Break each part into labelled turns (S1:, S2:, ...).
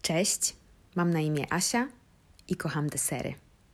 S1: Cześć, mam na imię Asia i kocham desery.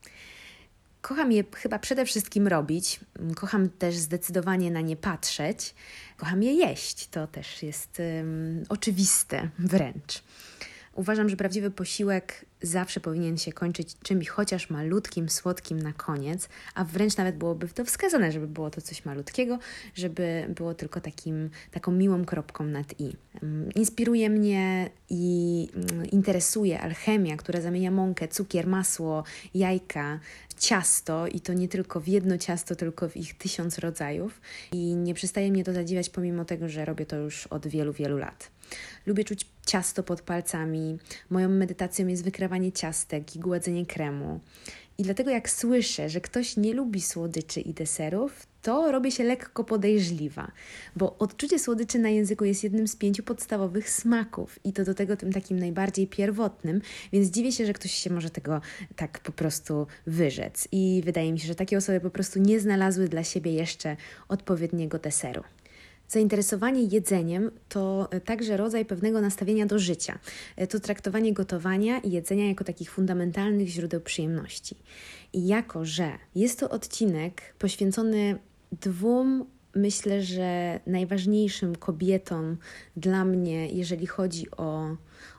S1: Kocham je chyba przede wszystkim robić, kocham też zdecydowanie na nie patrzeć, kocham je jeść, to też jest oczywiste wręcz. Uważam, że prawdziwy posiłek zawsze powinien się kończyć czymś chociaż malutkim, słodkim na koniec, a wręcz nawet byłoby to wskazane, żeby było to coś malutkiego, żeby było tylko taką miłą kropką nad i. Inspiruje mnie i interesuje alchemia, która zamienia mąkę, cukier, masło, jajka, ciasto i to nie tylko w jedno ciasto, tylko w ich 1000 rodzajów i nie przestaje mnie to zadziwiać pomimo tego, że robię to już od wielu, wielu lat. Lubię czuć ciasto pod palcami, moją medytacją jest wykrawanie ciastek i gładzenie kremu. I dlatego jak słyszę, że ktoś nie lubi słodyczy i deserów, to robię się lekko podejrzliwa, bo odczucie słodyczy na języku jest jednym z 5 podstawowych smaków i to do tego tym takim najbardziej pierwotnym, więc dziwię się, że ktoś się może tego tak po prostu wyrzec i wydaje mi się, że takie osoby po prostu nie znalazły dla siebie jeszcze odpowiedniego deseru. Zainteresowanie jedzeniem to także rodzaj pewnego nastawienia do życia. To traktowanie gotowania i jedzenia jako takich fundamentalnych źródeł przyjemności. I jako, że jest to odcinek poświęcony 2, myślę, że najważniejszym kobietom dla mnie, jeżeli chodzi o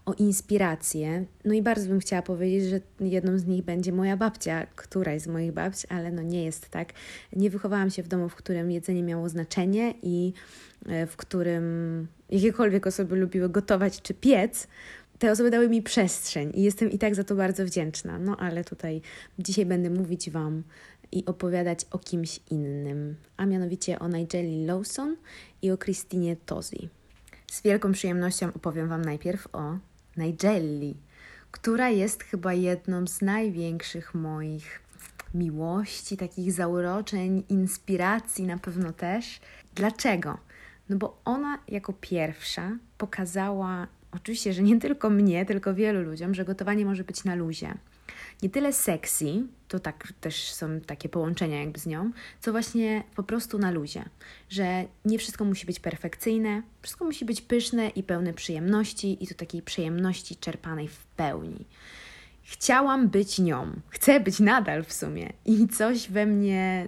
S1: inspirację. No i bardzo bym chciała powiedzieć, że jedną z nich będzie moja babcia, któraś z moich babci, ale no nie jest tak. Nie wychowałam się w domu, w którym jedzenie miało znaczenie i w którym jakiekolwiek osoby lubiły gotować czy piec. Te osoby dały mi przestrzeń i jestem i tak za to bardzo wdzięczna. No ale tutaj dzisiaj będę mówić Wam i opowiadać o kimś innym, a mianowicie o Nigeli Lawson i o Christinie Tosi. Z wielką przyjemnością opowiem Wam najpierw o Nigeli, która jest chyba jedną z największych moich miłości, takich zauroczeń, inspiracji na pewno też. Dlaczego? No bo ona jako pierwsza pokazała, oczywiście, że nie tylko mnie, tylko wielu ludziom, że gotowanie może być na luzie. Nie tyle sexy, to tak też są takie połączenia jakby z nią, co właśnie po prostu na luzie, że nie wszystko musi być perfekcyjne, wszystko musi być pyszne i pełne przyjemności i to takiej przyjemności czerpanej w pełni. Chciałam być nią, chcę być nadal w sumie i coś we mnie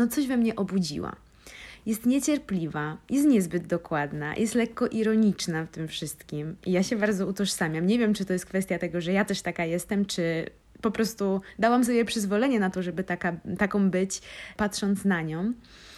S1: obudziła. Jest niecierpliwa, jest niezbyt dokładna, jest lekko ironiczna w tym wszystkim i ja się bardzo utożsamiam. Nie wiem, czy to jest kwestia tego, że ja też taka jestem, czy po prostu dałam sobie przyzwolenie na to, żeby taką być, patrząc na nią.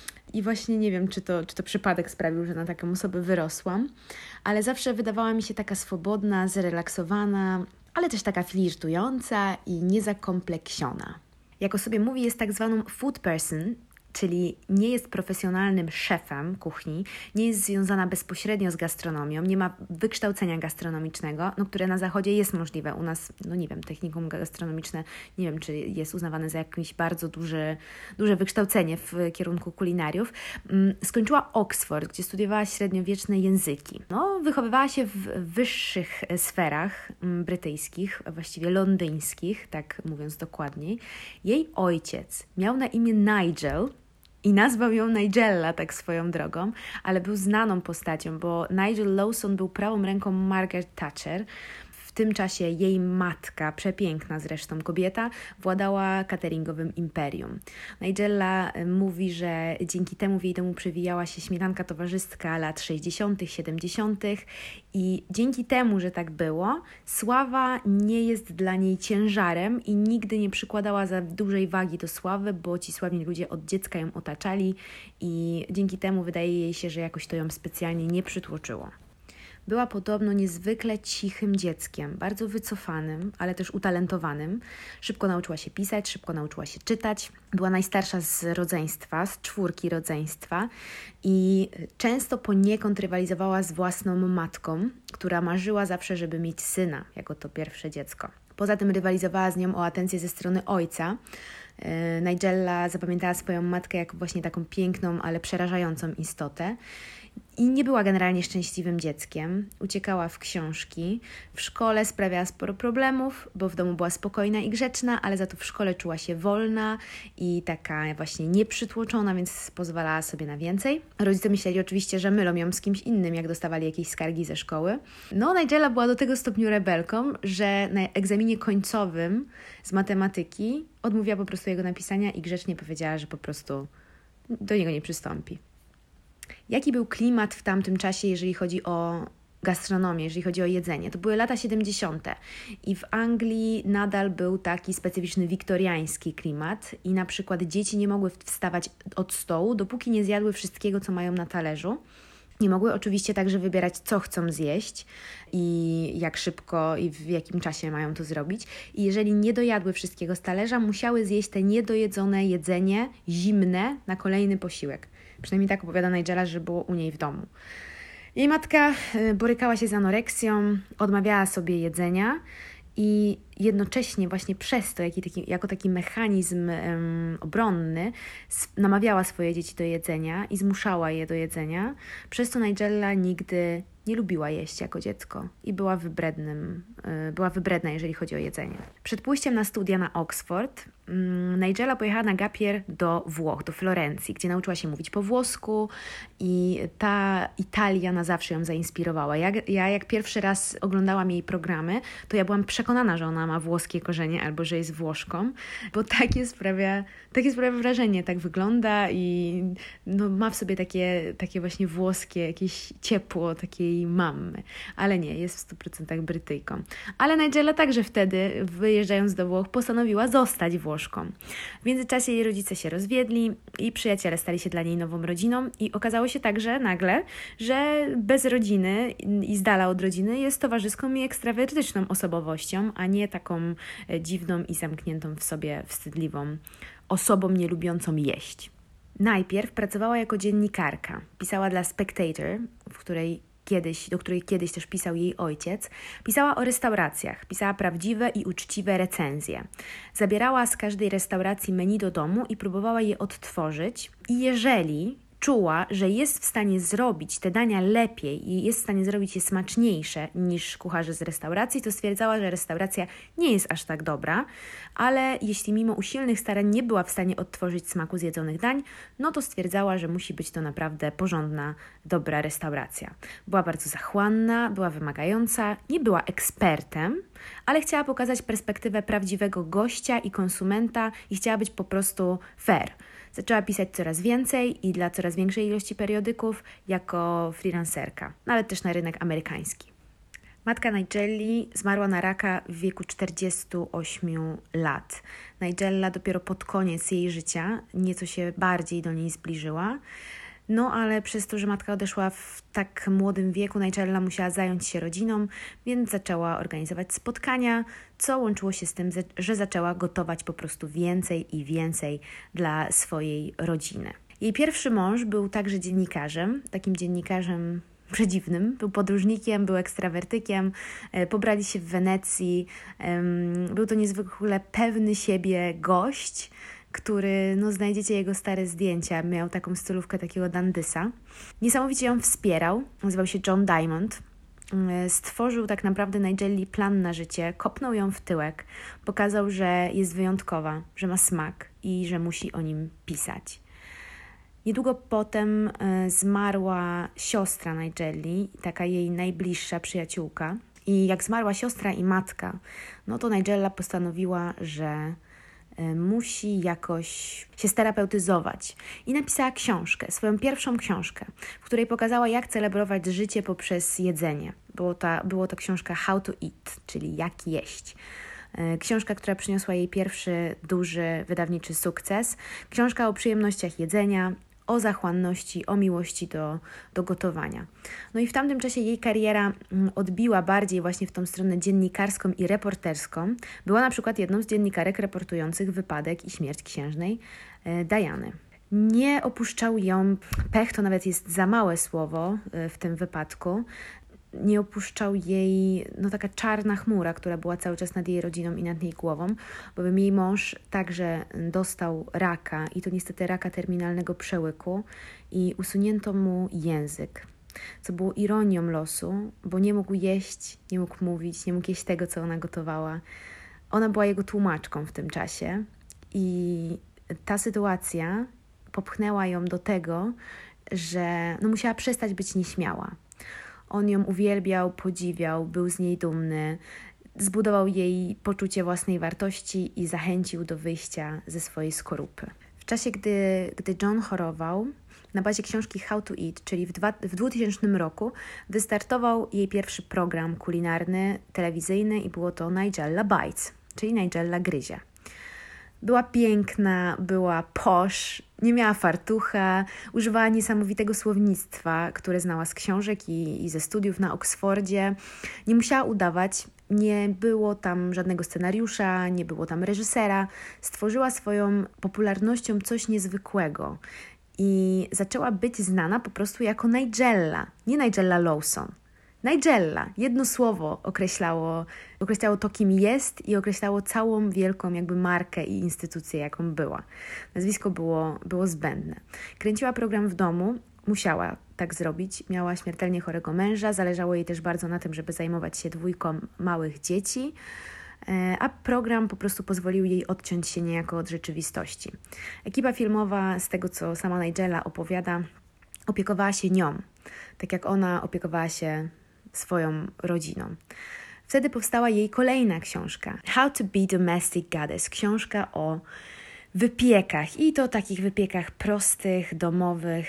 S1: I właśnie nie wiem, czy to przypadek sprawił, że na taką osobę wyrosłam, ale zawsze wydawała mi się taka swobodna, zrelaksowana, ale też taka flirtująca i niezakompleksiona. Jak o sobie mówi, jest tak zwaną food person, czyli nie jest profesjonalnym szefem kuchni, nie jest związana bezpośrednio z gastronomią, nie ma wykształcenia gastronomicznego, które na zachodzie jest możliwe. U nas, nie wiem, technikum gastronomiczne, nie wiem, czy jest uznawane za jakieś bardzo duże wykształcenie w kierunku kulinariów. Skończyła Oxford, gdzie studiowała średniowieczne języki. Wychowywała się w wyższych sferach brytyjskich, właściwie londyńskich, tak mówiąc dokładniej. Jej ojciec miał na imię Nigel, i nazwał ją Nigella tak swoją drogą, ale był znaną postacią, bo Nigel Lawson był prawą ręką Margaret Thatcher. W tym czasie jej matka, przepiękna zresztą kobieta, władała cateringowym imperium. Nigella mówi, że dzięki temu w jej domu przewijała się śmietanka towarzyska lat 60., 70. i dzięki temu, że tak było, sława nie jest dla niej ciężarem i nigdy nie przykładała za dużej wagi do sławy, bo ci sławni ludzie od dziecka ją otaczali i dzięki temu wydaje jej się, że jakoś to ją specjalnie nie przytłoczyło. Była podobno niezwykle cichym dzieckiem, bardzo wycofanym, ale też utalentowanym. Szybko nauczyła się pisać, szybko nauczyła się czytać. Była najstarsza z rodzeństwa, z 4 rodzeństwa i często poniekąd rywalizowała z własną matką, która marzyła zawsze, żeby mieć syna jako to pierwsze dziecko. Poza tym rywalizowała z nią o atencję ze strony ojca. Nigella zapamiętała swoją matkę jako właśnie taką piękną, ale przerażającą istotę. I nie była generalnie szczęśliwym dzieckiem. Uciekała w książki. W szkole sprawiała sporo problemów, bo w domu była spokojna i grzeczna, ale za to w szkole czuła się wolna i taka właśnie nieprzytłoczona, więc pozwalała sobie na więcej. Rodzice myśleli oczywiście, że mylą ją z kimś innym, jak dostawali jakieś skargi ze szkoły. No, Nigella była do tego stopniu rebelką, że na egzaminie końcowym z matematyki odmówiła po prostu jego napisania i grzecznie powiedziała, że po prostu do niego nie przystąpi. Jaki był klimat w tamtym czasie, jeżeli chodzi o gastronomię, jeżeli chodzi o jedzenie? To były lata 70. i w Anglii nadal był taki specyficzny wiktoriański klimat i na przykład dzieci nie mogły wstawać od stołu, dopóki nie zjadły wszystkiego, co mają na talerzu. Nie mogły oczywiście także wybierać, co chcą zjeść i jak szybko i w jakim czasie mają to zrobić. I jeżeli nie dojadły wszystkiego z talerza, musiały zjeść te niedojedzone jedzenie zimne na kolejny posiłek. Przynajmniej tak opowiada Nigella, że było u niej w domu. Jej matka borykała się z anoreksją, odmawiała sobie jedzenia i jednocześnie właśnie przez to, jako taki mechanizm obronny, namawiała swoje dzieci do jedzenia i zmuszała je do jedzenia. Przez to Nigella nigdy nie lubiła jeść jako dziecko i była wybredna, jeżeli chodzi o jedzenie. Przed pójściem na studia na Oxford Nigella pojechała na gap year do Włoch, do Florencji, gdzie nauczyła się mówić po włosku i ta Italia na zawsze ją zainspirowała. Ja jak pierwszy raz oglądałam jej programy, to ja byłam przekonana, że ona ma włoskie korzenie albo że jest Włoszką, bo takie sprawia wrażenie, tak wygląda i no, ma w sobie takie właśnie włoskie, jakieś ciepło takiej mamy, ale nie, jest w 100% Brytyjką. Ale Nigella także wtedy, wyjeżdżając do Włoch, postanowiła zostać Włoszką. W międzyczasie jej rodzice się rozwiedli i przyjaciele stali się dla niej nową rodziną i okazało się także nagle, że bez rodziny i z dala od rodziny jest towarzyską i ekstrawertyczną osobowością, a nie taką dziwną i zamkniętą w sobie wstydliwą osobą nie lubiącą jeść. Najpierw pracowała jako dziennikarka. Pisała dla Spectator, do której kiedyś też pisał jej ojciec. Pisała o restauracjach, pisała prawdziwe i uczciwe recenzje. Zabierała z każdej restauracji menu do domu i próbowała je odtworzyć. I jeżeli czuła, że jest w stanie zrobić te dania lepiej i jest w stanie zrobić je smaczniejsze niż kucharze z restauracji, to stwierdzała, że restauracja nie jest aż tak dobra, ale jeśli mimo usilnych starań nie była w stanie odtworzyć smaku zjedzonych dań, no to stwierdzała, że musi być to naprawdę porządna, dobra restauracja. Była bardzo zachłanna, była wymagająca, nie była ekspertem, ale chciała pokazać perspektywę prawdziwego gościa i konsumenta i chciała być po prostu fair. Zaczęła pisać coraz więcej i dla coraz większej ilości periodyków jako freelancerka, ale też na rynek amerykański. Matka Nigelli zmarła na raka w wieku 48 lat. Nigella dopiero pod koniec jej życia nieco się bardziej do niej zbliżyła. No ale przez to, że matka odeszła w tak młodym wieku, Nigella musiała zająć się rodziną, więc zaczęła organizować spotkania, co łączyło się z tym, że zaczęła gotować po prostu więcej i więcej dla swojej rodziny. Jej pierwszy mąż był także dziennikarzem, takim dziennikarzem przedziwnym. Był podróżnikiem, był ekstrawertykiem, pobrali się w Wenecji. Był to niezwykle pewny siebie gość, który, znajdziecie jego stare zdjęcia, miał taką stylówkę takiego dandysa. Niesamowicie ją wspierał, nazywał się John Diamond. Stworzył tak naprawdę Nigelli plan na życie, kopnął ją w tyłek, pokazał, że jest wyjątkowa, że ma smak i że musi o nim pisać. Niedługo potem zmarła siostra Nigelli, taka jej najbliższa przyjaciółka. I jak zmarła siostra i matka, no to Nigella postanowiła, że musi jakoś się sterapeutyzować. I napisała książkę, swoją pierwszą książkę, w której pokazała, jak celebrować życie poprzez jedzenie. Było to książka How to Eat, czyli jak jeść. Książka, która przyniosła jej pierwszy duży wydawniczy sukces. Książka o przyjemnościach jedzenia, o zachłanności, o miłości do gotowania. No i w tamtym czasie jej kariera odbiła bardziej właśnie w tą stronę dziennikarską i reporterską. Była na przykład jedną z dziennikarek reportujących wypadek i śmierć księżnej Diany. Nie opuszczał ją pech, to nawet jest za małe słowo w tym wypadku. Nie opuszczał jej taka czarna chmura, która była cały czas nad jej rodziną i nad jej głową, bowiem jej mąż także dostał raka i to niestety raka terminalnego przełyku i usunięto mu język. co było ironią losu, bo nie mógł jeść, nie mógł mówić, nie mógł jeść tego, co ona gotowała. Ona była jego tłumaczką w tym czasie i ta sytuacja popchnęła ją do tego, że musiała przestać być nieśmiała. On ją uwielbiał, podziwiał, był z niej dumny, zbudował jej poczucie własnej wartości i zachęcił do wyjścia ze swojej skorupy. W czasie, gdy John chorował, na bazie książki How to Eat, czyli w 2000 roku, wystartował jej pierwszy program kulinarny, telewizyjny i było to Nigella Bites, czyli Nigella gryzie. Była piękna, była posh, nie miała fartucha, używała niesamowitego słownictwa, które znała z książek i ze studiów na Oksfordzie. Nie musiała udawać, nie było tam żadnego scenariusza, nie było tam reżysera. Stworzyła swoją popularnością coś niezwykłego i zaczęła być znana po prostu jako Nigella, nie Nigella Lawson. Nigella, jedno słowo określało to, kim jest i określało całą wielką jakby markę i instytucję, jaką była. Nazwisko było zbędne. Kręciła program w domu, musiała tak zrobić. Miała śmiertelnie chorego męża, zależało jej też bardzo na tym, żeby zajmować się 2 małych dzieci, a program po prostu pozwolił jej odciąć się niejako od rzeczywistości. Ekipa filmowa, z tego co sama Nigella opowiada, opiekowała się nią, tak jak ona opiekowała się swoją rodziną. Wtedy powstała jej kolejna książka, How to be Domestic Goddess, książka o wypiekach i to takich wypiekach prostych, domowych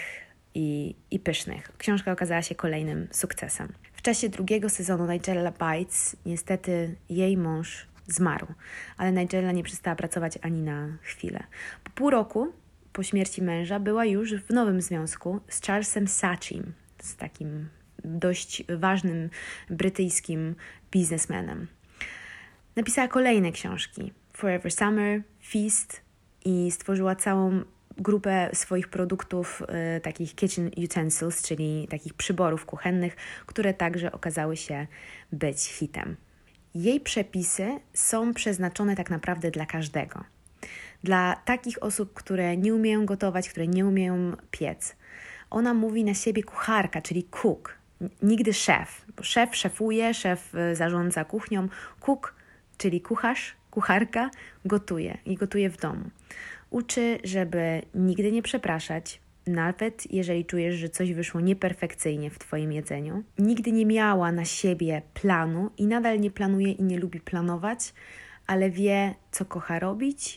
S1: i pysznych. Książka okazała się kolejnym sukcesem. W czasie 2. sezonu Nigella Bites niestety jej mąż zmarł, ale Nigella nie przestała pracować ani na chwilę. Po pół roku po śmierci męża była już w nowym związku z Charlesem Sachim, z takim dość ważnym brytyjskim biznesmenem. Napisała kolejne książki, Forever Summer, Feast i stworzyła całą grupę swoich produktów, takich kitchen utensils, czyli takich przyborów kuchennych, które także okazały się być hitem. Jej przepisy są przeznaczone tak naprawdę dla każdego. Dla takich osób, które nie umieją gotować, które nie umieją piec. Ona mówi na siebie kucharka, czyli cook, nigdy szef, bo szef szefuje, szef zarządza kuchnią, cook, czyli kucharz, kucharka, gotuje i gotuje w domu. Uczy, żeby nigdy nie przepraszać, nawet jeżeli czujesz, że coś wyszło nieperfekcyjnie w Twoim jedzeniu. Nigdy nie miała na siebie planu i nadal nie planuje i nie lubi planować, ale wie, co kocha robić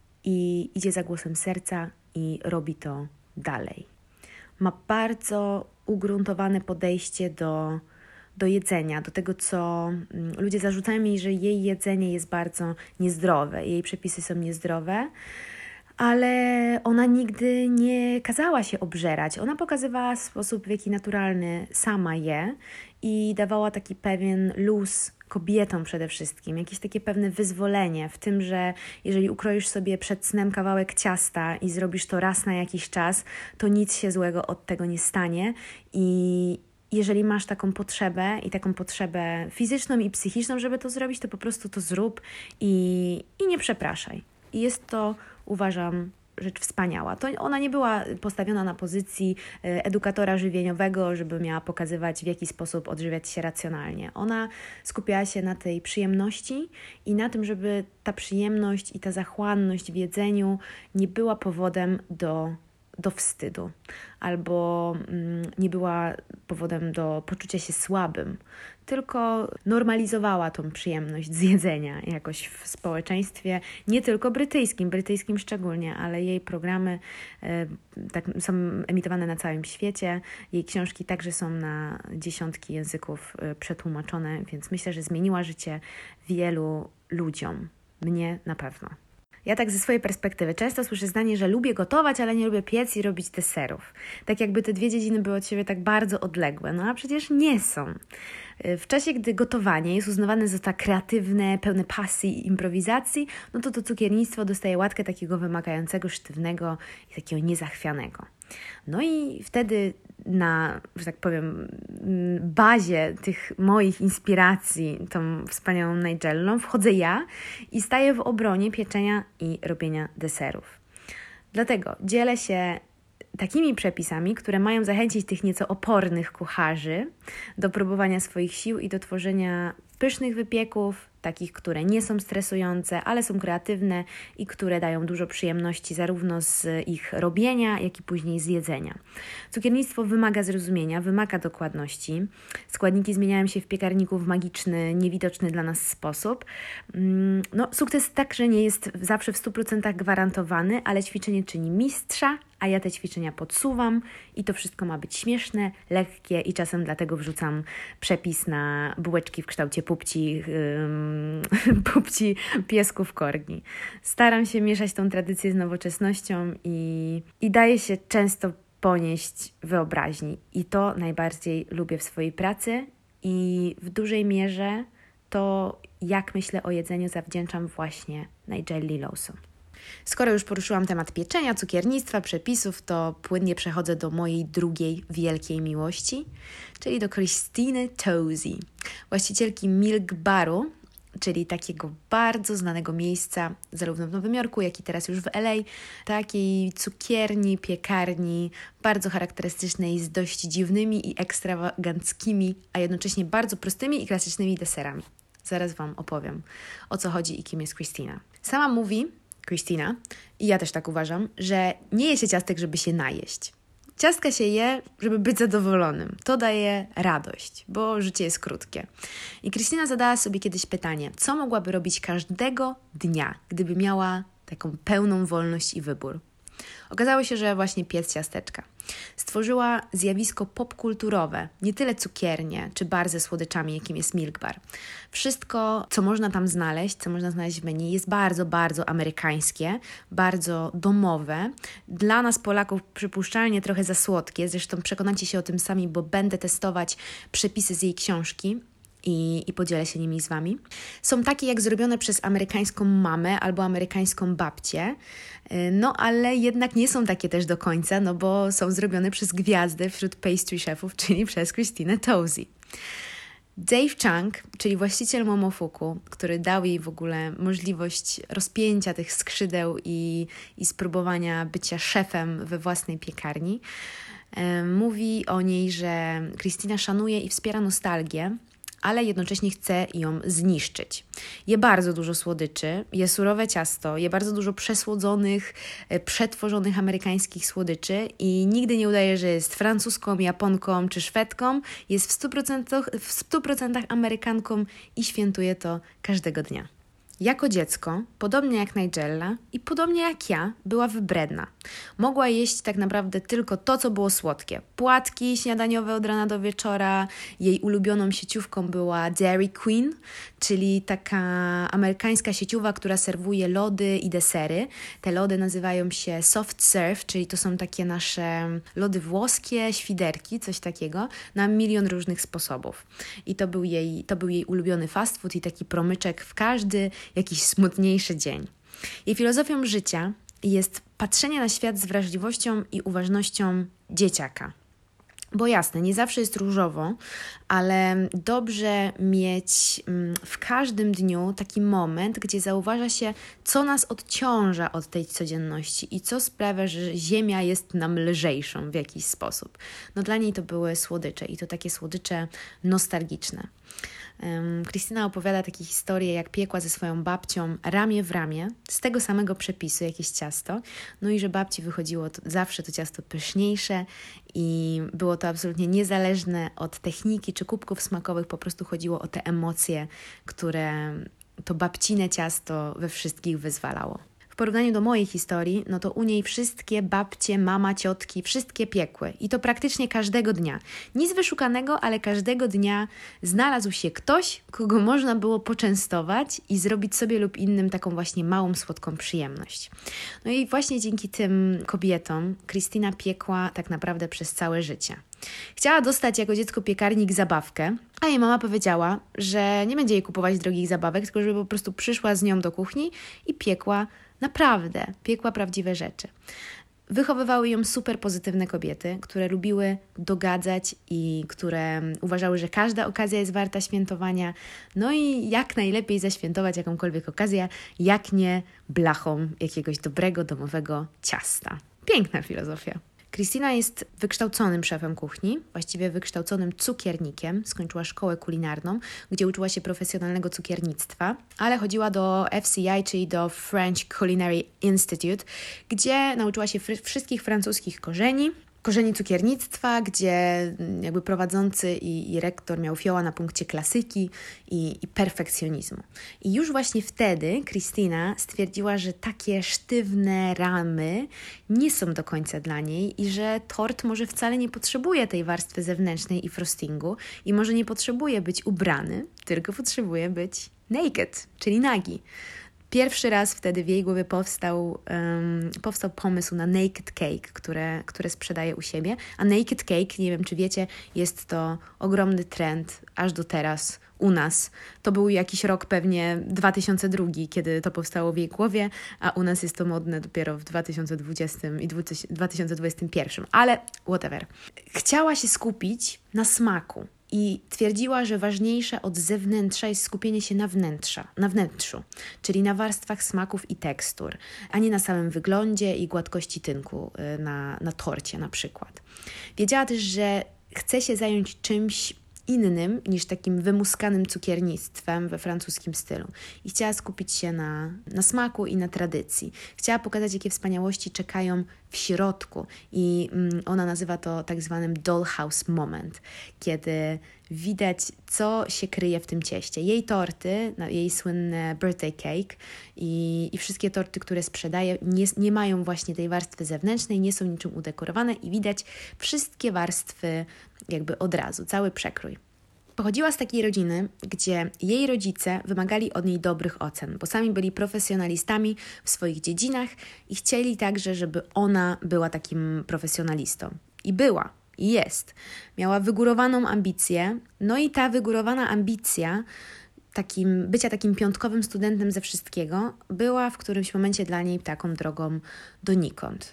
S1: i idzie za głosem serca i robi to dalej. Ma bardzo ugruntowane podejście do jedzenia, do tego, co ludzie zarzucają jej, że jej jedzenie jest bardzo niezdrowe, jej przepisy są niezdrowe, ale ona nigdy nie kazała się obżerać. Ona pokazywała sposób, w jaki naturalny sama je i dawała taki pewien luz kobietom przede wszystkim, jakieś takie pewne wyzwolenie w tym, że jeżeli ukroisz sobie przed snem kawałek ciasta i zrobisz to raz na jakiś czas, to nic się złego od tego nie stanie i jeżeli masz taką potrzebę i taką potrzebę fizyczną i psychiczną, żeby to zrobić, to po prostu to zrób i nie przepraszaj. I jest to, uważam, rzecz wspaniała. To ona nie była postawiona na pozycji edukatora żywieniowego, żeby miała pokazywać, w jaki sposób odżywiać się racjonalnie. Ona skupiała się na tej przyjemności i na tym, żeby ta przyjemność i ta zachłanność w jedzeniu nie była powodem do wstydu albo nie była powodem do poczucia się słabym, tylko normalizowała tą przyjemność z jedzenia jakoś w społeczeństwie, nie tylko brytyjskim szczególnie, ale jej programy tak, są emitowane na całym świecie, jej książki także są na dziesiątki języków przetłumaczone, więc myślę, że zmieniła życie wielu ludziom, mnie na pewno. Ja tak ze swojej perspektywy często słyszę zdanie, że lubię gotować, ale nie lubię piec i robić deserów. Tak jakby te dwie dziedziny były od siebie tak bardzo odległe. No a przecież nie są. W czasie, gdy gotowanie jest uznawane za tak kreatywne, pełne pasji i improwizacji, no to cukiernictwo dostaje łatkę takiego wymagającego, sztywnego i takiego niezachwianego. No i wtedy na, że tak powiem, bazie tych moich inspiracji, tą wspaniałą Nigellą, wchodzę ja i staję w obronie pieczenia i robienia deserów. Dlatego dzielę się takimi przepisami, które mają zachęcić tych nieco opornych kucharzy do próbowania swoich sił i do tworzenia pysznych wypieków, takich, które nie są stresujące, ale są kreatywne i które dają dużo przyjemności zarówno z ich robienia, jak i później z jedzenia. Cukiernictwo wymaga zrozumienia, wymaga dokładności. Składniki zmieniają się w piekarniku w magiczny, niewidoczny dla nas sposób. Sukces także nie jest zawsze w 100% gwarantowany, ale ćwiczenie czyni mistrza, a ja te ćwiczenia podsuwam i to wszystko ma być śmieszne, lekkie i czasem dlatego wrzucam przepis na bułeczki w kształcie pupci piesków korgi. Staram się mieszać tą tradycję z nowoczesnością i daje się często ponieść wyobraźni. I to najbardziej lubię w swojej pracy i w dużej mierze to, jak myślę o jedzeniu, zawdzięczam właśnie Nigeli Lawson. Skoro już poruszyłam temat pieczenia, cukiernictwa, przepisów, to płynnie przechodzę do mojej drugiej wielkiej miłości, czyli do Christiny Tosi, właścicielki Milk Baru, czyli takiego bardzo znanego miejsca, zarówno w Nowym Jorku, jak i teraz już w LA, takiej cukierni, piekarni, bardzo charakterystycznej, z dość dziwnymi i ekstrawaganckimi, a jednocześnie bardzo prostymi i klasycznymi deserami. Zaraz Wam opowiem, o co chodzi i kim jest Christina. Sama mówi Christina, i ja też tak uważam, że nie je się ciastek, żeby się najeść. Ciastka się je, żeby być zadowolonym. To daje radość, bo życie jest krótkie. I Christina zadała sobie kiedyś pytanie, co mogłaby robić każdego dnia, gdyby miała taką pełną wolność i wybór. Okazało się, że właśnie piec ciasteczka. Stworzyła zjawisko popkulturowe, nie tyle cukiernie czy bar ze słodyczami, jakim jest Milk Bar. Wszystko, co można tam znaleźć, co można znaleźć w menu, jest bardzo, bardzo amerykańskie, bardzo domowe. Dla nas, Polaków, przypuszczalnie trochę za słodkie. Zresztą przekonacie się o tym sami, bo będę testować przepisy z jej książki i podzielę się nimi z Wami. Są takie jak zrobione przez amerykańską mamę albo amerykańską babcię, ale jednak nie są takie też do końca, bo są zrobione przez gwiazdę wśród pastry chefów, czyli przez Christinę Tosi. Dave Chang, czyli właściciel Momofuku, który dał jej w ogóle możliwość rozpięcia tych skrzydeł i spróbowania bycia szefem we własnej piekarni, mówi o niej, że Christina szanuje i wspiera nostalgię, ale jednocześnie chce ją zniszczyć. Je bardzo dużo słodyczy, je surowe ciasto, je bardzo dużo przesłodzonych, przetworzonych amerykańskich słodyczy i nigdy nie udaje, że jest Francuzką, Japonką czy Szwedką. Jest w 100% Amerykanką i świętuje to każdego dnia. Jako dziecko, podobnie jak Nigella i podobnie jak ja, była wybredna. Mogła jeść tak naprawdę tylko to, co było słodkie. Płatki śniadaniowe od rana do wieczora. Jej ulubioną sieciówką była Dairy Queen, czyli taka amerykańska sieciowa, która serwuje lody i desery. Te lody nazywają się soft serve, czyli to są takie nasze lody włoskie, świderki, coś takiego, na milion różnych sposobów. I to był jej ulubiony fast food i taki promyczek w każdy jakiś smutniejszy dzień. Jej filozofią życia jest patrzenie na świat z wrażliwością i uważnością dzieciaka. Bo jasne, nie zawsze jest różowo, ale dobrze mieć w każdym dniu taki moment, gdzie zauważa się, co nas odciąża od tej codzienności i co sprawia, że ziemia jest nam lżejszą w jakiś sposób. Dla niej to były słodycze i to takie słodycze nostalgiczne. Christina opowiada takie historie, jak piekła ze swoją babcią ramię w ramię z tego samego przepisu jakieś ciasto, i że babci wychodziło zawsze to ciasto pyszniejsze i było to absolutnie niezależne od techniki czy kubków smakowych, po prostu chodziło o te emocje, które to babcine ciasto we wszystkich wyzwalało. W porównaniu do mojej historii, to u niej wszystkie babcie, mama, ciotki, wszystkie piekły. I to praktycznie każdego dnia. Nic wyszukanego, ale każdego dnia znalazł się ktoś, kogo można było poczęstować i zrobić sobie lub innym taką właśnie małą, słodką przyjemność. I właśnie dzięki tym kobietom Christina piekła tak naprawdę przez całe życie. Chciała dostać jako dziecko piekarnik zabawkę, a jej mama powiedziała, że nie będzie jej kupować drogich zabawek, tylko żeby po prostu przyszła z nią do kuchni i piekła prawdziwe rzeczy. Wychowywały ją super pozytywne kobiety, które lubiły dogadzać i które uważały, że każda okazja jest warta świętowania. I jak najlepiej zaświętować jakąkolwiek okazję, jak nie blachą jakiegoś dobrego, domowego ciasta. Piękna filozofia. Christina jest wykształconym szefem kuchni, właściwie wykształconym cukiernikiem. Skończyła szkołę kulinarną, gdzie uczyła się profesjonalnego cukiernictwa, ale chodziła do FCI, czyli do French Culinary Institute, gdzie nauczyła się wszystkich francuskich korzeni cukiernictwa, gdzie jakby prowadzący i rektor miał fioła na punkcie klasyki i perfekcjonizmu. I już właśnie wtedy Christina stwierdziła, że takie sztywne ramy nie są do końca dla niej i że tort może wcale nie potrzebuje tej warstwy zewnętrznej i frostingu i może nie potrzebuje być ubrany, tylko potrzebuje być naked, czyli nagi. Pierwszy raz wtedy w jej głowie powstał pomysł na naked cake, które sprzedaje u siebie. A naked cake, nie wiem czy wiecie, jest to ogromny trend aż do teraz u nas. To był jakiś rok pewnie 2002, kiedy to powstało w jej głowie, a u nas jest to modne dopiero w 2020 i 2021. Ale whatever. Chciała się skupić na smaku. I twierdziła, że ważniejsze od zewnętrza jest skupienie się na wnętrzu, czyli na warstwach smaków i tekstur, a nie na samym wyglądzie i gładkości tynku na torcie na przykład. Wiedziała też, że chce się zająć czymś innym niż takim wymuskanym cukiernictwem we francuskim stylu. I chciała skupić się na smaku i na tradycji. Chciała pokazać, jakie wspaniałości czekają w środku i ona nazywa to tak zwanym dollhouse moment, kiedy widać, co się kryje w tym cieście. Jej torty, jej słynne birthday cake i wszystkie torty, które sprzedaje, nie mają właśnie tej warstwy zewnętrznej, nie są niczym udekorowane i widać wszystkie warstwy jakby od razu, cały przekrój. Pochodziła z takiej rodziny, gdzie jej rodzice wymagali od niej dobrych ocen, bo sami byli profesjonalistami w swoich dziedzinach i chcieli także, żeby ona była takim profesjonalistą. I była, i jest. Miała wygórowaną ambicję, no i ta wygórowana ambicja bycia takim piątkowym studentem ze wszystkiego była w którymś momencie dla niej taką drogą donikąd.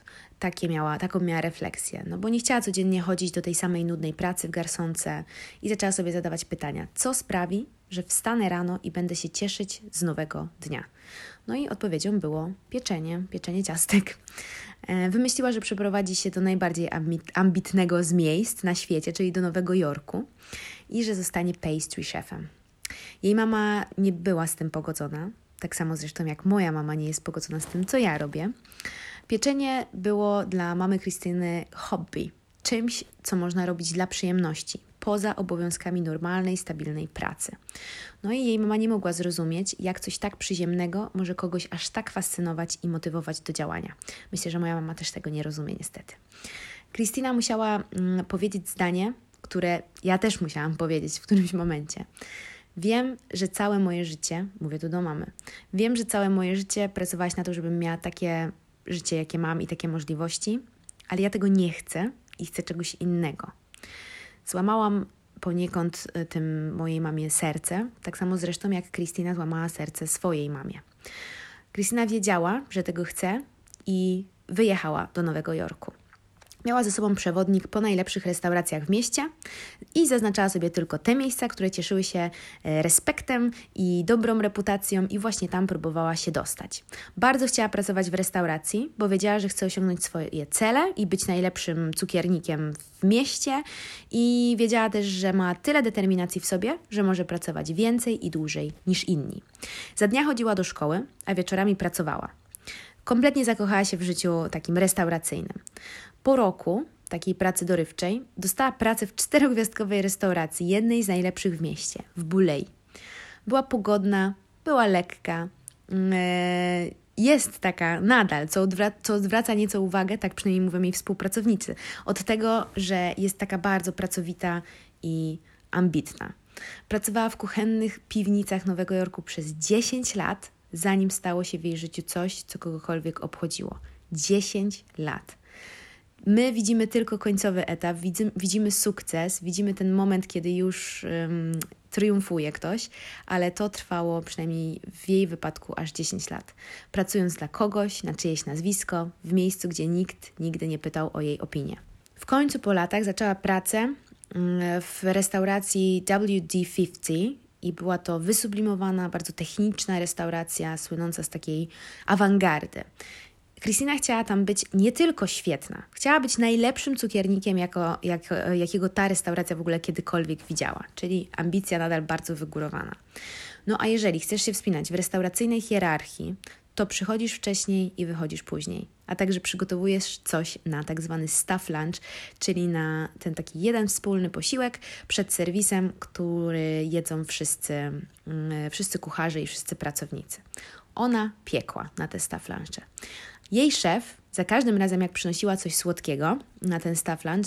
S1: Taką miała refleksję, no bo nie chciała codziennie chodzić do tej samej nudnej pracy w garsonce i zaczęła sobie zadawać pytania, co sprawi, że wstanę rano i będę się cieszyć z nowego dnia. No i odpowiedzią było pieczenie ciastek. Wymyśliła, że przeprowadzi się do najbardziej ambitnego z miejsc na świecie, czyli do Nowego Jorku i że zostanie pastry chefem. Jej mama nie była z tym pogodzona, tak samo zresztą jak moja mama nie jest pogodzona z tym, co ja robię. Pieczenie było dla mamy Krystyny hobby, czymś, co można robić dla przyjemności, poza obowiązkami normalnej, stabilnej pracy. No i jej mama nie mogła zrozumieć, jak coś tak przyziemnego może kogoś aż tak fascynować i motywować do działania. Myślę, że moja mama też tego nie rozumie niestety. Krystyna musiała powiedzieć zdanie, które ja też musiałam powiedzieć w którymś momencie. Wiem, że całe moje życie, mówię tu do mamy, wiem, że całe moje życie pracowałaś na to, żebym miała takie życie, jakie mam i takie możliwości, ale ja tego nie chcę i chcę czegoś innego. Złamałam poniekąd tym mojej mamie serce, tak samo zresztą jak Krystyna złamała serce swojej mamie. Krystyna wiedziała, że tego chce i wyjechała do Nowego Jorku. Miała ze sobą przewodnik po najlepszych restauracjach w mieście i zaznaczała sobie tylko te miejsca, które cieszyły się respektem i dobrą reputacją i właśnie tam próbowała się dostać. Bardzo chciała pracować w restauracji, bo wiedziała, że chce osiągnąć swoje cele i być najlepszym cukiernikiem w mieście i wiedziała też, że ma tyle determinacji w sobie, że może pracować więcej i dłużej niż inni. Za dnia chodziła do szkoły, a wieczorami pracowała. Kompletnie zakochała się w życiu takim restauracyjnym. Po roku takiej pracy dorywczej dostała pracę w 4-gwiazdkowej restauracji, jednej z najlepszych w mieście, w Bulei. Była pogodna, była lekka, jest taka nadal, co odwraca nieco uwagę, tak przynajmniej mówią jej współpracownicy, od tego, że jest taka bardzo pracowita i ambitna. Pracowała w kuchennych piwnicach Nowego Jorku przez 10 lat, zanim stało się w jej życiu coś, co kogokolwiek obchodziło. 10 lat. My widzimy tylko końcowy etap, widzimy sukces, widzimy ten moment, kiedy już triumfuje ktoś, ale to trwało przynajmniej w jej wypadku aż 10 lat. Pracując dla kogoś, na czyjeś nazwisko, w miejscu, gdzie nikt nigdy nie pytał o jej opinię. W końcu po latach zaczęła pracę w restauracji WD50 i była to wysublimowana, bardzo techniczna restauracja, słynąca z takiej awangardy. Krystyna chciała tam być nie tylko świetna, chciała być najlepszym cukiernikiem, jakiego ta restauracja w ogóle kiedykolwiek widziała, czyli ambicja nadal bardzo wygórowana. No a jeżeli chcesz się wspinać w restauracyjnej hierarchii, to przychodzisz wcześniej i wychodzisz później, a także przygotowujesz coś na tak zwany staff lunch, czyli na ten taki jeden wspólny posiłek przed serwisem, który jedzą wszyscy kucharze i wszyscy pracownicy. Ona piekła na te staff lunche. Jej szef za każdym razem, jak przynosiła coś słodkiego na ten staff lunch,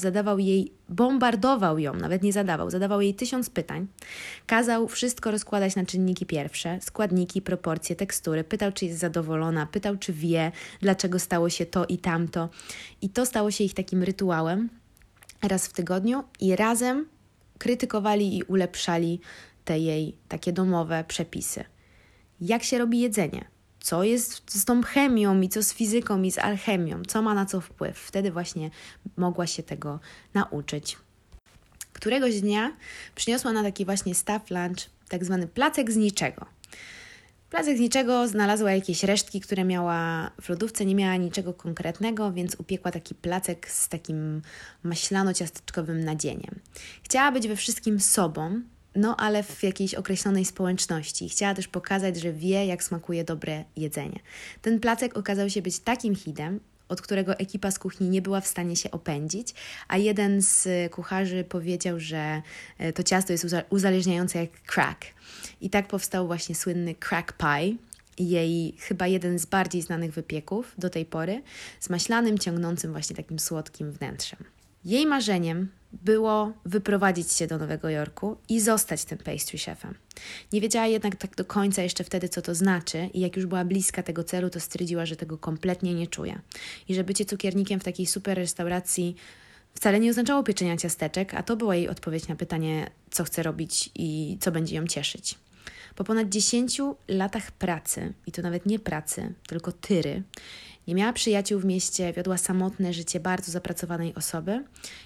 S1: bombardował ją, nawet nie zadawał jej 1000 pytań. Kazał wszystko rozkładać na czynniki pierwsze, składniki, proporcje, tekstury. Pytał, czy jest zadowolona, pytał, czy wie, dlaczego stało się to i tamto. I to stało się ich takim rytuałem raz w tygodniu i razem krytykowali i ulepszali te jej takie domowe przepisy. Jak się robi jedzenie? Co jest z tą chemią i co z fizyką i z alchemią? Co ma na co wpływ? Wtedy właśnie mogła się tego nauczyć. Któregoś dnia przyniosła na taki właśnie staff lunch tak zwany placek z niczego. Placek z niczego, znalazła jakieś resztki, które miała w lodówce, nie miała niczego konkretnego, więc upiekła taki placek z takim maślano-ciasteczkowym nadzieniem. Chciała być we wszystkim sobą, no ale w jakiejś określonej społeczności. Chciała też pokazać, że wie, jak smakuje dobre jedzenie. Ten placek okazał się być takim hitem, od którego ekipa z kuchni nie była w stanie się opędzić, a jeden z kucharzy powiedział, że to ciasto jest uzależniające jak crack. I tak powstał właśnie słynny crack pie, jej chyba jeden z bardziej znanych wypieków do tej pory, z maślanym, ciągnącym właśnie takim słodkim wnętrzem. Jej marzeniem było wyprowadzić się do Nowego Jorku i zostać tym pastry chefem. Nie wiedziała jednak tak do końca jeszcze wtedy, co to znaczy i jak już była bliska tego celu, to stwierdziła, że tego kompletnie nie czuje. I że bycie cukiernikiem w takiej super restauracji wcale nie oznaczało pieczenia ciasteczek, a to była jej odpowiedź na pytanie, co chce robić i co będzie ją cieszyć. Po ponad 10 latach pracy, i to nawet nie pracy, tylko tyry, nie miała przyjaciół w mieście, wiodła samotne życie bardzo zapracowanej osoby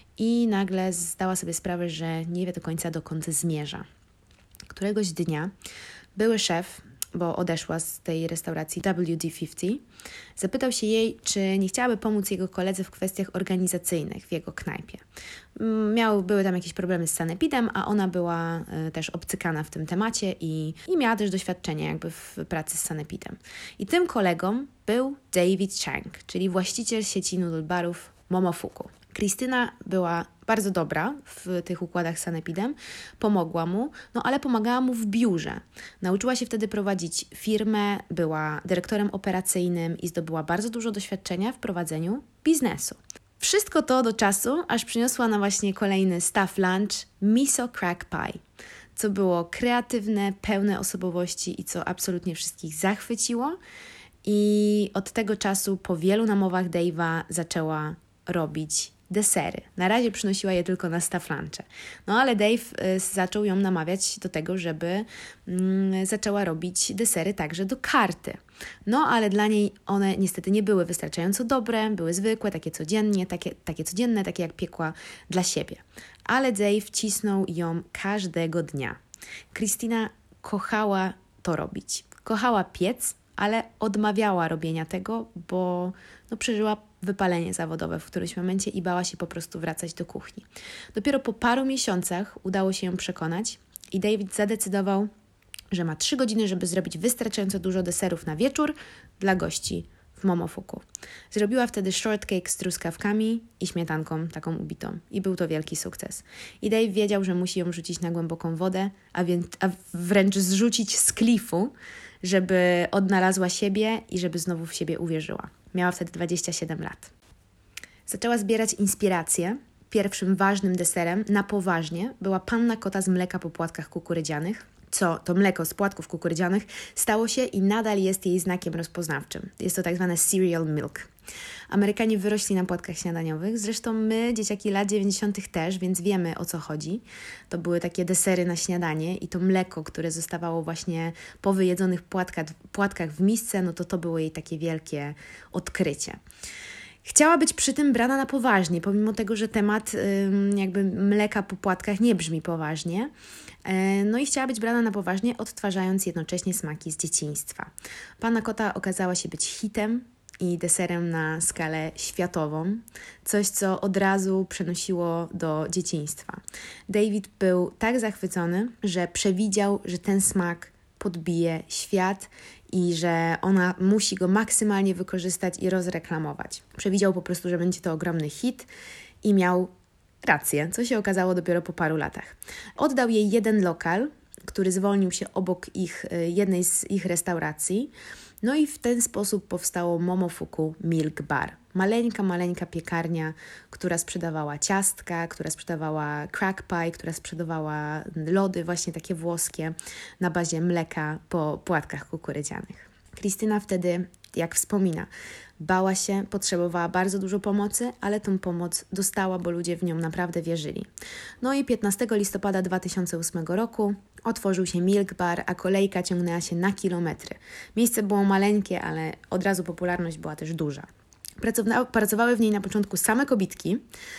S1: i nagle zdała sobie sprawę, że nie wie do końca, dokąd zmierza. Któregoś dnia były szef, bo odeszła z tej restauracji WD-50, zapytał się jej, czy nie chciałaby pomóc jego koledze w kwestiach organizacyjnych w jego knajpie. Były tam jakieś problemy z sanepidem, a ona była też obcykana w tym temacie i miała też doświadczenie jakby w pracy z sanepidem. I tym kolegą był David Chang, czyli właściciel sieci noodle barów Momofuku. Krystyna była bardzo dobra w tych układach z sanepidem, pomogła mu, ale pomagała mu w biurze. Nauczyła się wtedy prowadzić firmę, była dyrektorem operacyjnym i zdobyła bardzo dużo doświadczenia w prowadzeniu biznesu. Wszystko to do czasu, aż przyniosła na właśnie kolejny staff lunch miso crack pie, co było kreatywne, pełne osobowości i co absolutnie wszystkich zachwyciło. I od tego czasu po wielu namowach Dave'a zaczęła robić desery. Na razie przynosiła je tylko na staff lunche. Ale Dave zaczął ją namawiać do tego, żeby zaczęła robić desery także do karty. Ale dla niej one niestety nie były wystarczająco dobre, były zwykłe, takie codzienne, takie jak piekła dla siebie. Ale Dave cisnął ją każdego dnia. Krystyna kochała to robić. Kochała piec, ale odmawiała robienia tego, bo przeżyła wypalenie zawodowe w którymś momencie i bała się po prostu wracać do kuchni. Dopiero po paru miesiącach udało się ją przekonać i David zadecydował, że ma 3 godziny, żeby zrobić wystarczająco dużo deserów na wieczór dla gości w Momofuku. Zrobiła wtedy shortcake z truskawkami i śmietanką taką ubitą i był to wielki sukces. I Dave wiedział, że musi ją rzucić na głęboką wodę, a wręcz zrzucić z klifu, żeby odnalazła siebie i żeby znowu w siebie uwierzyła. Miała wtedy 27 lat. Zaczęła zbierać inspirację. Pierwszym ważnym deserem na poważnie była panna cotta z mleka po płatkach kukurydzianych. To mleko z płatków kukurydzianych stało się i nadal jest jej znakiem rozpoznawczym. Jest to tak zwane cereal milk. Amerykanie wyrośli na płatkach śniadaniowych, zresztą my, dzieciaki lat 90. też, więc wiemy, o co chodzi. To były takie desery na śniadanie i to mleko, które zostawało właśnie po wyjedzonych płatkach w misce, to było jej takie wielkie odkrycie. Chciała być przy tym brana na poważnie, pomimo tego, że temat jakby mleka po płatkach nie brzmi poważnie. I chciała być brana na poważnie, odtwarzając jednocześnie smaki z dzieciństwa. Panna cotta okazała się być hitem i deserem na skalę światową. Coś, co od razu przenosiło do dzieciństwa. David był tak zachwycony, że przewidział, że ten smak podbije świat i że ona musi go maksymalnie wykorzystać i rozreklamować. Przewidział po prostu, że będzie to ogromny hit i miał rację, co się okazało dopiero po paru latach. Oddał jej jeden lokal, który zwolnił się obok jednej z ich restauracji. No i w ten sposób powstało Momofuku Milk Bar. Maleńka piekarnia, która sprzedawała ciastka, która sprzedawała crack pie, która sprzedawała lody właśnie takie włoskie na bazie mleka po płatkach kukurydzianych. Krystyna wtedy, jak wspomina, bała się, potrzebowała bardzo dużo pomocy, ale tą pomoc dostała, bo ludzie w nią naprawdę wierzyli. No i 15 listopada 2008 roku otworzył się Milk Bar, a kolejka ciągnęła się na kilometry. Miejsce było maleńkie, ale od razu popularność była też duża. Pracowały w niej na początku same kobitki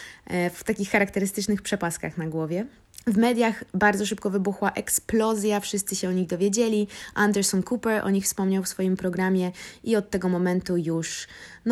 S1: w takich charakterystycznych przepaskach na głowie. W mediach bardzo szybko wybuchła eksplozja, wszyscy się o nich dowiedzieli. Anderson Cooper o nich wspomniał w swoim programie i od tego momentu już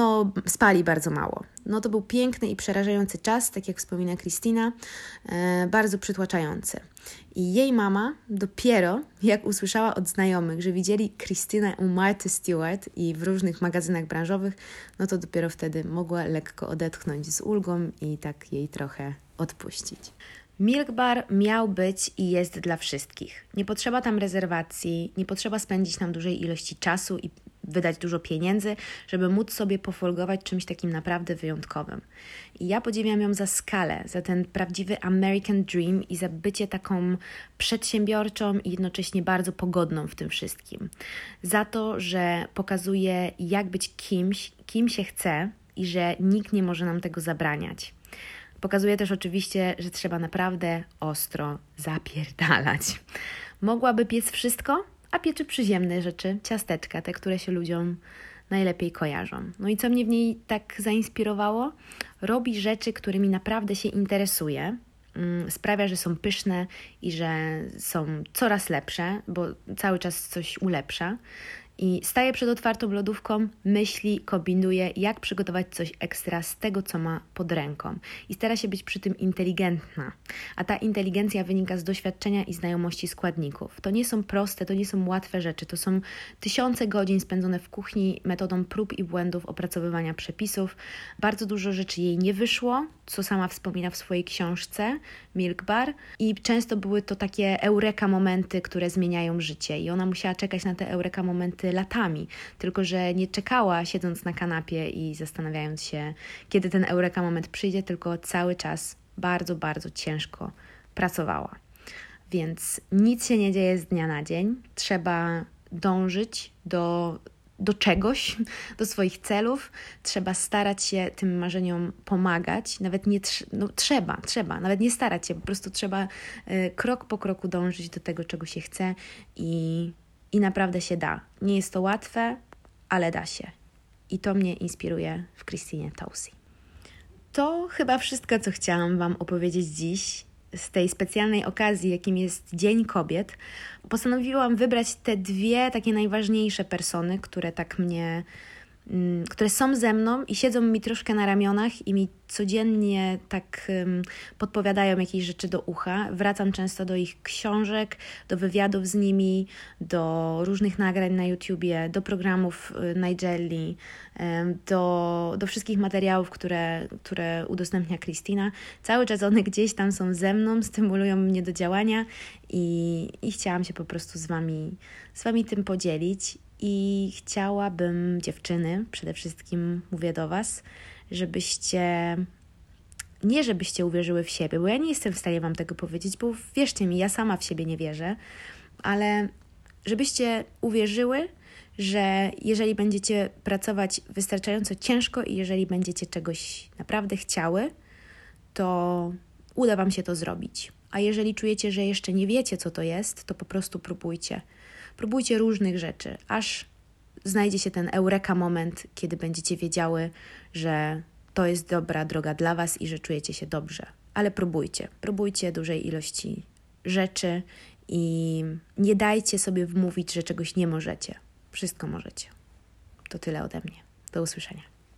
S1: spali bardzo mało. To był piękny i przerażający czas, tak jak wspomina Krystyna, bardzo przytłaczający. I jej mama dopiero jak usłyszała od znajomych, że widzieli Krystynę u Marthy Stewart i w różnych magazynach branżowych, to dopiero wtedy mogła lekko odetchnąć z ulgą i tak jej trochę odpuścić. Milk Bar miał być i jest dla wszystkich. Nie potrzeba tam rezerwacji, nie potrzeba spędzić tam dużej ilości czasu i wydać dużo pieniędzy, żeby móc sobie pofolgować czymś takim naprawdę wyjątkowym. I ja podziwiam ją za skalę, za ten prawdziwy American Dream i za bycie taką przedsiębiorczą i jednocześnie bardzo pogodną w tym wszystkim. Za to, że pokazuje, jak być kimś, kim się chce i że nikt nie może nam tego zabraniać. Pokazuje też oczywiście, że trzeba naprawdę ostro zapierdalać. Mogłaby piec wszystko, a pieczy przyziemne rzeczy, ciasteczka, te, które się ludziom najlepiej kojarzą. I co mnie w niej tak zainspirowało? Robi rzeczy, którymi naprawdę się interesuje. Sprawia, że są pyszne i że są coraz lepsze, bo cały czas coś ulepsza. I staje przed otwartą lodówką, myśli, kombinuje, jak przygotować coś ekstra z tego, co ma pod ręką. I stara się być przy tym inteligentna. A ta inteligencja wynika z doświadczenia i znajomości składników. To nie są proste, to nie są łatwe rzeczy. To są tysiące godzin spędzone w kuchni metodą prób i błędów, opracowywania przepisów. Bardzo dużo rzeczy jej nie wyszło, co sama wspomina w swojej książce Milk Bar. I często były to takie eureka momenty, które zmieniają życie. I ona musiała czekać na te eureka momenty latami, tylko że nie czekała siedząc na kanapie i zastanawiając się, kiedy ten eureka moment przyjdzie, tylko cały czas bardzo, bardzo ciężko pracowała. Więc nic się nie dzieje z dnia na dzień. Trzeba dążyć do czegoś, do swoich celów. Trzeba starać się tym marzeniom pomagać. Nawet nie trzeba, nawet nie starać się, po prostu trzeba krok po kroku dążyć do tego, czego się chce i naprawdę się da. Nie jest to łatwe, ale da się. I to mnie inspiruje w Krystynie Tousey. To chyba wszystko, co chciałam Wam opowiedzieć dziś z tej specjalnej okazji, jakim jest Dzień Kobiet. Postanowiłam wybrać te dwie takie najważniejsze persony, które są ze mną i siedzą mi troszkę na ramionach i mi codziennie tak podpowiadają jakieś rzeczy do ucha. Wracam często do ich książek, do wywiadów z nimi, do różnych nagrań na YouTubie, do programów Nigeli, do wszystkich materiałów, które udostępnia Krystyna. Cały czas one gdzieś tam są ze mną, stymulują mnie do działania i chciałam się po prostu z wami tym podzielić. I chciałabym, dziewczyny, przede wszystkim mówię do Was, żebyście uwierzyły w siebie, bo ja nie jestem w stanie Wam tego powiedzieć, bo wierzcie mi, ja sama w siebie nie wierzę, ale żebyście uwierzyły, że jeżeli będziecie pracować wystarczająco ciężko i jeżeli będziecie czegoś naprawdę chciały, to uda Wam się to zrobić. A jeżeli czujecie, że jeszcze nie wiecie, co to jest, to po prostu próbujcie. Próbujcie różnych rzeczy, aż znajdzie się ten eureka moment, kiedy będziecie wiedziały, że to jest dobra droga dla Was i że czujecie się dobrze. Ale próbujcie dużej ilości rzeczy i nie dajcie sobie wmówić, że czegoś nie możecie. Wszystko możecie. To tyle ode mnie. Do usłyszenia.